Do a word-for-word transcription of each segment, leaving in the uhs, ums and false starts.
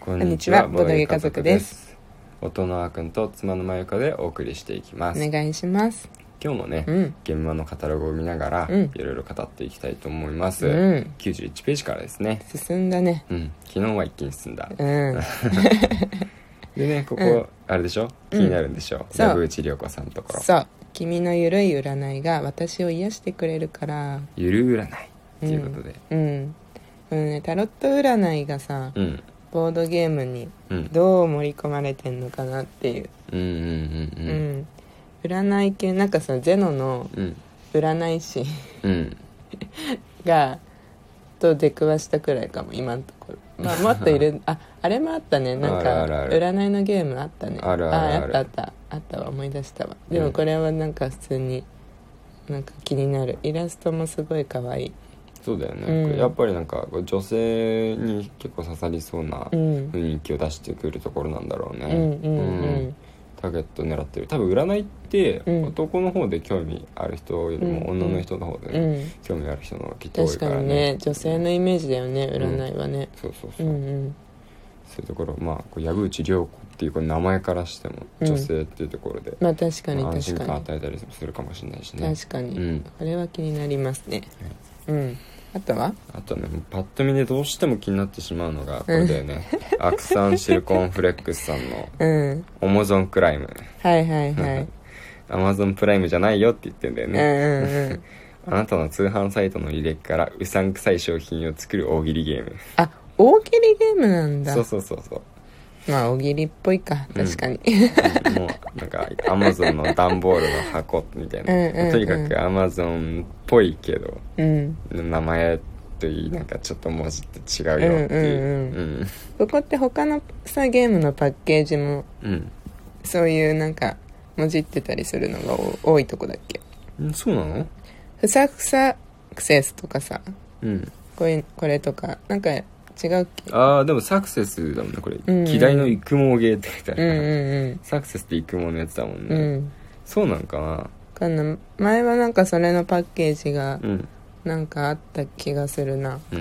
こんにちは、ボドゲ家族です。夫のあーくんと妻のまゆかでお送りしていきます。 お願いします。 今日もね、 うん、 現場のカタログを見ながら、 うん、 いろいろ語っていきたいと思います、 うん、 きゅうじゅういちページからですね。 進んだね。 うん、昨日は一気に進んだ、 うん、 でね、ここ、うん、あれでしょ、気になるんでしょ、矢口涼子さんのところ。 そう、君のゆるい占いが私を癒してくれるから。 ゆる占いっていうことで、 うん、うん、このね、タロット占いがさ、うん、ボードゲームにどう盛り込まれてんのかなっていう、 うんうんうんうん、うん、 占い系なんかさ、ゼノの占い師、うん、がと出くわしたくらいかも今のところ。まあもっといるああれもあったね、なんか占いのゲームあったね。 あるあるあるああったあったあったわ、思い出したわ。でもこれはなんか普通になんか気になる。イラストもすごい可愛い。 そうだよね、うん、やっぱりなんか女性に結構刺さりそうな雰囲気を出してくるところなんだろうね。うんうんうんうん、ターゲット狙ってる。多分占いって男の方で興味ある人よりも女の人の方で、ね、うんうん、興味ある人の方がきっと多いからね。 確かにね、女性のイメージだよね、占いはね、 うん、そうそうそう、うんうん、そういうところ、まあこう矢口涼子っていうこの名前からしても女性っていうところで、うん、 まあ確かに確かに、まあ、安心感与えたりするかもしれないしね。 確かに、うん、あれは気になりますね、はい、うん。あとはあとね、パッと見でどうしても気になってしまうのがこれだよね、うん、アクサンシルコンフレックスさんのオモゾンプライム、 はいはいはい、 アマゾンプライムじゃないよって言ってんだよね、 うんうんうんあなたの通販サイトの履歴からうさんくさい商品を作る大喜利ゲーム。 あ、大喜利ゲームなんだ。 そうそうそうそう。 まあ大喜利っぽいか、確かに、 うん、もうなんかアマゾンの段ボールの箱みたいな、うんうんうん、とにかくアマゾンっぽいけど、うん、名前といいなんかちょっと文字って違うよっていう、うんうんうん、 ここって他のさゲームのパッケージも、うん、そういうなんか文字ってたりするのが多いとこだっけ。 ん、そうなの？ ふさふさクセスとかさ、 うん、 これ、これとかなんか違うっけ。 ああ、でもサクセスだもんねこれ、うんうん、希代の育毛芸って書いてあるから、うんうんうん、サクセスって育毛のやつだもんね、うん、そうなんかな。 かな、前はなんかそれのパッケージがなんかあった気がするな、うん、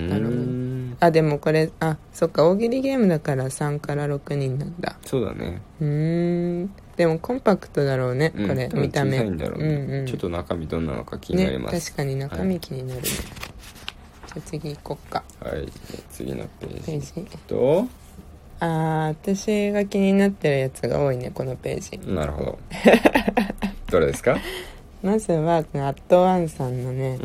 あ、でもこれ、あ、そっか、大喜利ゲームだからさんからろくにんなんだ。 そうだね。 うーん、でもコンパクトだろうね、うん、これ見た目小さいんだろうね、うんうん、ちょっと中身どんなのか気になります、 ね、確かに中身気になるね、はい、じゃあ次行こっか。 はい、次のページ。 ページとあー、私が気になってるやつが多いね、このページ。 なるほどどれですか？ まずはアットワンさんのね、 うん、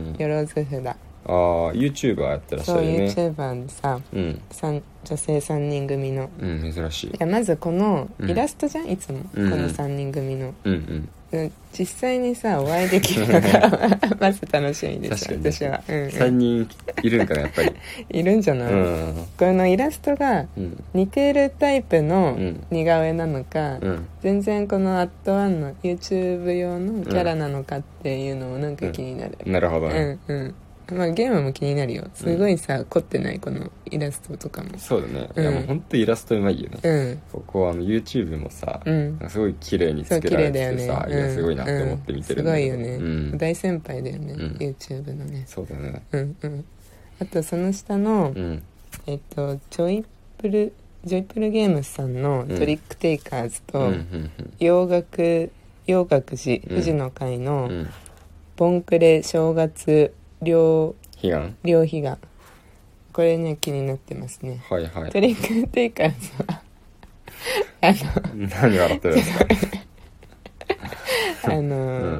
よろず札。 ああ、YouTuber やってらっしゃるよね。 そう、YouTuber でさ、うん、女性さんにん組の、 うん、珍しい。いや、まずこのイラストじゃん、うん、いつも、 うん、 このさんにん組の、 うんうん、 実際にさお会いできるのがまず楽しみです。私は、うんうん、 さんにんいるんかなやっぱりいるんじゃない、うん、このイラストが似てるタイプの似顔絵なのか、うん、全然このアットワンの YouTube 用のキャラなのかっていうのもなんか気になる、 うん、なるほどね、 うんうん、まあ、ゲームも気になるよ。すごいさ、うん、凝ってないこのイラストとかも。 そうだね、うん、いやもうほんとイラストうまいよね、うん、ここあの YouTube もさ、うん、すごい綺麗に作られててさ、ね、いやすごいなって思って見てるんだけど、 すごいよね、うん、大先輩だよね、うん、YouTube のね。 そうだね、 うんうん。あとその下の、うん、えっとジョイプルジョイプルゲームズさんのトリックテイカーズと、うん、洋楽洋楽寺富士の会の、うん、ボンクレ正月両悲願両悲願、これね気になってますね。 はいはい。 トリックテイカーズはあの何笑ってるんですかあの、うん、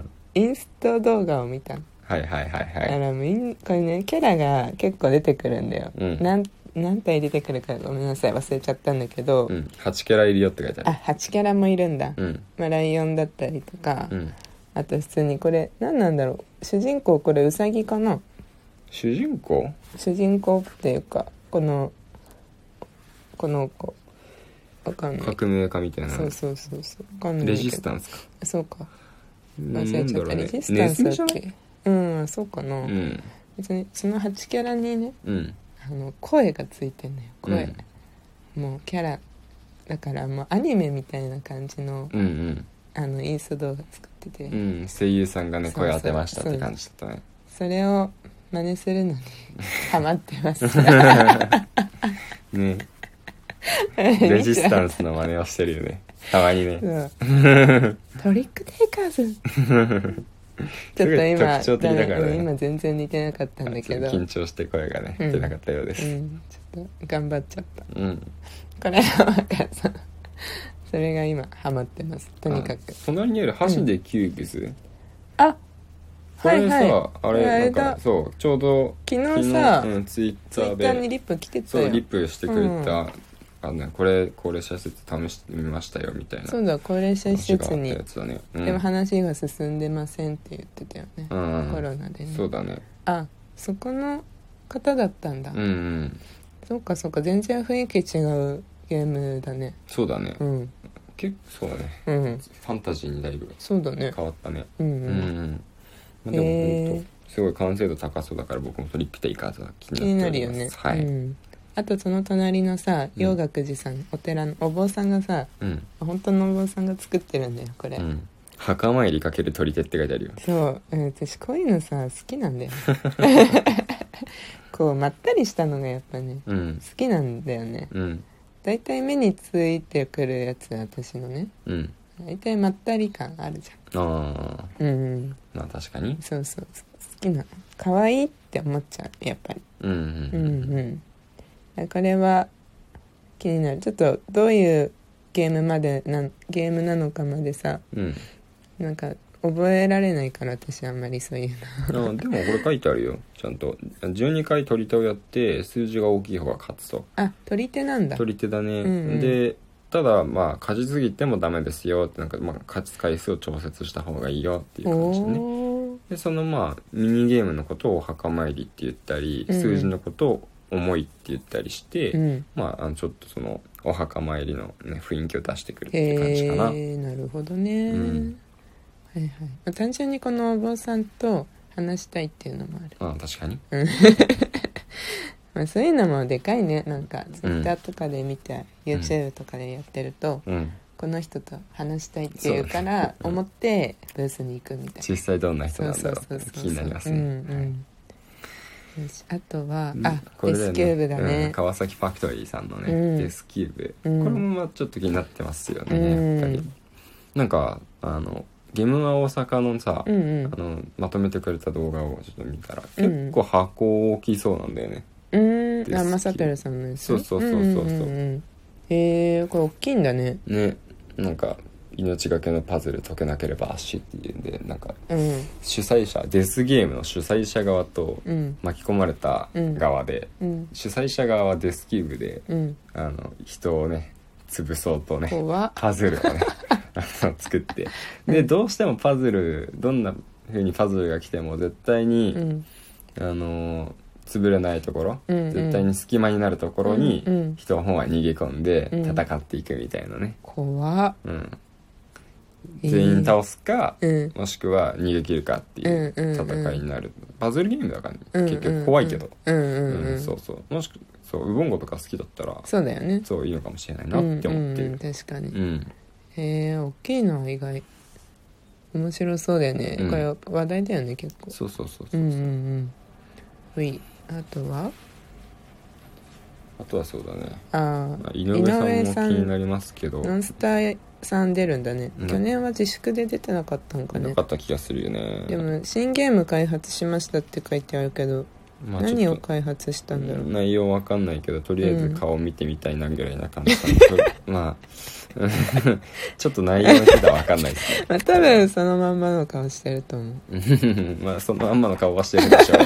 インスト動画を見た。 はいはいはいはい。 あのみんこれねキャラが結構出てくるんだよ、うん、なん何体出てくるかごめんなさい忘れちゃったんだけど、うん、 はちキャラいるよって書いてある。 あ、はちキャラもいるんだ、うん、まあ、ライオンだったりとか、うん、あと普通にこれ何なんだろう、主人公これウサギかな。 主人公主人公っていうかこのこの子わかんない、 革命家みたいな。 そうそうそうそう、わかんないレジスタンスか。 そうか忘れちゃった、ね、レジスタンスだっけ。うんそうかな、うん、別にそのはちキャラにね、うん、あの声がついてんのよ声、うん、もうキャラだからもうアニメみたいな感じの、うんうん、あのインスト動画作ってて、 うん、声優さんがね声当てましたって感じだったね。 それを真似するのにハマってますねレジスタンスの真似をしてるよねたまにね。 トリックテイカーズちょっと今特徴的だからね。 今全然似てなかったんだけど緊張して声がね出なかったようです、 うんうん、ちょっと頑張っちゃった、 うん、 これは分かるそれが今ハマってます。とにかく隣にある箸でキューブス、うん、 あこれさ、 はいはい、 あれなんかそうちょうど昨日さ昨日、うん、ツイッターでツイッターにリップ来てたよ。 そうリップしてくれた、うん、あのこれ高齢者施設試してみましたよみたいな。 そうだ高齢者施設に、 ねうん、 でも話が進んでませんって言ってたよね、うん、コロナでね。 そうだね。 あそこの方だったんだ。 うんうんそうかそうか全然雰囲気違うゲームだね。 そうだね、うん、結構そうだね、うん、ファンタジーにだいぶそうだね変わったね。 うんうん、 うんまあ、でも本当すごい完成度高そうだから僕もトリックテイカーズは気になっております。 気になるよね、 はい、うん、 あとその隣のさ陽岳寺さん、うん、お寺のお坊さんがさ、うん、本当のお坊さんが作ってるんだよこれ、うん、 墓参りかける取り手って書いてあるよ。 そう、うん、私こういうのさ好きなんだよこうまったりしたのがやっぱね、うん、好きなんだよね、うん、だいたい目についてくるやつ私のね、うん、だいたいまったり感あるじゃん。ああうん、うん、 まあ確かにそうそうそう好きなの可愛いって思っちゃうやっぱり。うんうんうんうん、これは気になる。ちょっとどういうゲームまでなゲームなのかまでさ、うん、なんか覚えられないから私あんまりそういうのあでもこれ書いてあるよちゃんとじゅうにかい取り手をやって数字が大きい方が勝つと。 あ取り手なんだ。 取り手だね、うんうん、でただまあ勝ちすぎてもダメですよってなんか、まあ、勝つ回数を調節した方がいいよっていう感じでね。でそのまあミニゲームのことをお墓参りって言ったり、うん、数字のことを思いって言ったりして、うん、まああのちょっとそのお墓参りの、ね、雰囲気を出してくるっていう感じかな。 へーなるほどね、うんはいはいまあ、単純にこのお坊さんと話したいっていうのもある。 ああ確かにまあそういうのもでかいね。なんかツイッターとかで見て、うん、YouTube とかでやってると、うん、この人と話したいっていうから思ってブースに行くみたいな。 実際どんな人なんだろうって気になりますね。うんうんよしあとは、うん、あこれだよね、デスキューブだね、 うん、川崎ファクトリーさんのね、うん、デスキューブ、うん、これもまあちょっと気になってますよね、うん、やっぱりなんかあのゲームは大阪のさ、うんうん、あのまとめてくれた動画をちょっと見たら、うん、結構箱大きそうなんだよね。 うんあマサテルさんのやつ。 そうそうそうそうそう、うんうんうん、 へえこれ大きいんだね。 ねなんか命がけのパズル解けなければ足っていうんでなんか、うん、主催者デスゲームの主催者側と巻き込まれた側で、うん、主催者側はデスキューブで、うん、あの人をね潰そうとねパズルをね作ってでどうしてもパズルどんな風にパズルが来ても絶対に、うん、あの潰れないところ、うんうん、絶対に隙間になるところに、うんうん、人の方は逃げ込んで戦っていくみたいなね、 うん、怖っ、 うん全員倒すか、えー、もしくは逃げ切るかっていう戦いになる、うんうんうん、パズルゲームだから、ねうんうんうん、結局怖いけど、うんうんうん、そうそうもしくそうウボンゴとか好きだったらそうだよねそういいのかもしれないなって思ってる、うんうん、 確かに、うん、へえ大きいのは意外面白そうだよね、うん、これ話題だよね結構。 そうそうそうそうそう、 うんうんうんほいあとはあとはそうだねあ、 まあ、井上さんも気になりますけどノンスターさん出るんだね、うん、去年は自粛で出てなかったのかね。 なかった気がするよね。 でも新ゲーム開発しましたって書いてあるけど、まあ、何を開発したんだろう。 内容わかんないけどとりあえず顔見てみたいなぐらいな感じ、うん、まあちょっと内容についてはわかんないですねまあ多分そのまんまの顔してると思うまあそのまんまの顔はしてるでしょう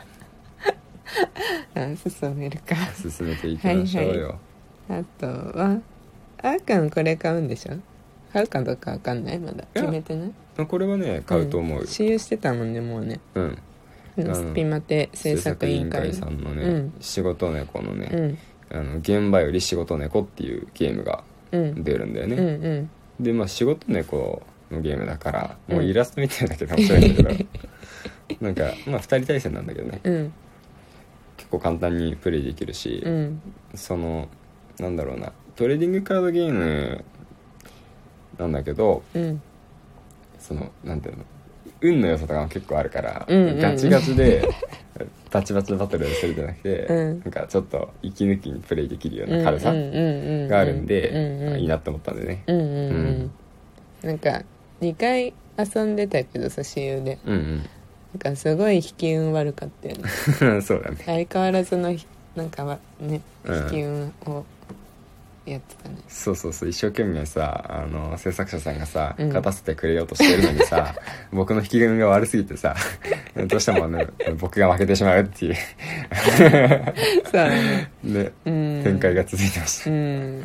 あ進めるか進めていきましょうよ、 はいはい、あとはあーかんこれ買うんでしょ。買うかどうかわかんないまだ決めてない。 これはね買うと思う、うん、 私有してたもんねもうね。うんスピマテ制作委員会さんのね、うん、仕事猫のね、うん、あの現場より仕事猫っていうゲームが出るんだよね、うんうんうん、でまあ仕事猫のゲームだからもうイラスト見てるだけで面白いんだけど、うん、なんかまあふたり対戦なんだけどね、うん、結構簡単にプレイできるし、うん、そのなんだろうなトレーディングカードゲームなんだけど、うん、そのなんていうの運の良さとかも結構あるから、うんうん、ガチガチでバチバチのバトルをするんじゃなくて、うん、なんかちょっと息抜きにプレイできるような軽さがあるんでいいなって思ったんでね。うんうんうん、 なんかにかい遊んでたけどさ、私有で、うんうん、なんかすごい引き運悪かったよねそうだね、 相変わらずのなんかはね、引き運をやってたね。 そうそうそう、一生懸命さ、あの制作者さんがさ、うん、勝たせてくれようとしてるのにさ僕の引き運が悪すぎてさどうしても、ね、僕が負けてしまうっていうそうだねで、うん、展開が続いてました、 うん、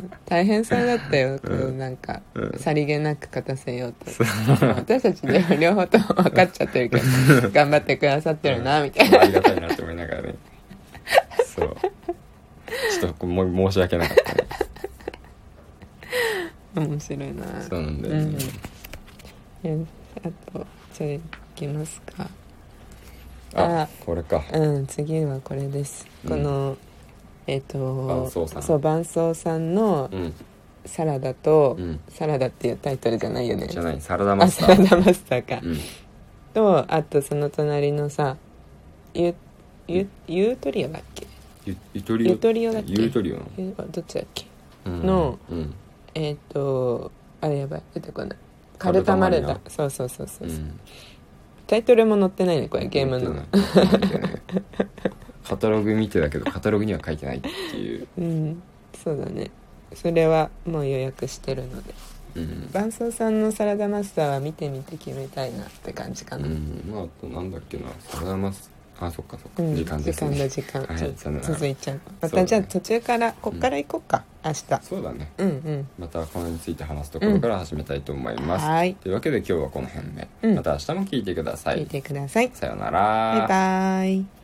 大変そうだったよ、こうなんか、うん、さりげなく勝たせようと、私たちで両方とも分かっちゃってるけど頑張ってくださってるなみたいな、 ありがたいなって思いながらねそうちょっとも申し訳なかったね面白いな。 そうなんだよね、 うん、あとじゃあいきますか。 ああこれか。 うん次はこれです、うん、このえっ、ー、とそう伴奏さんのサラダと、うん、サラダっていうタイトルじゃないよね。 じゃない、サラダマスター。 あサラダマスターか、うん、とあとその隣のさユユユートリオだっけ、 ユユトリオユトリオだっけ、 ユートリオのどっちだっけ、うん、の、うんえっ、ー、とあれやばい出てこない、カルタマルダ、そうそうそうそう、うん、タイトルも載ってないねこれ、ゲームのカタログ見てたけどカタログには書いてないっていう、 うん、そうだね、それはもう予約してるので、うん、伴奏さんのサラダマスターは見てみて決めたいなって感じかな。 うん、まああとなんだっけな、サラダマスあそっかそっか、うん、時間ですね、 時間だ時間、はい、続いちゃう。またじゃあ途中からこっから行こうか、うん、明日。 そうだね、 うんうん、 またこのについて話すところから始めたいと思います、うん、はいというわけで今日はこの辺で、うん、また明日も聞いてください。 聞いてください。 さよなら、 バイバイ。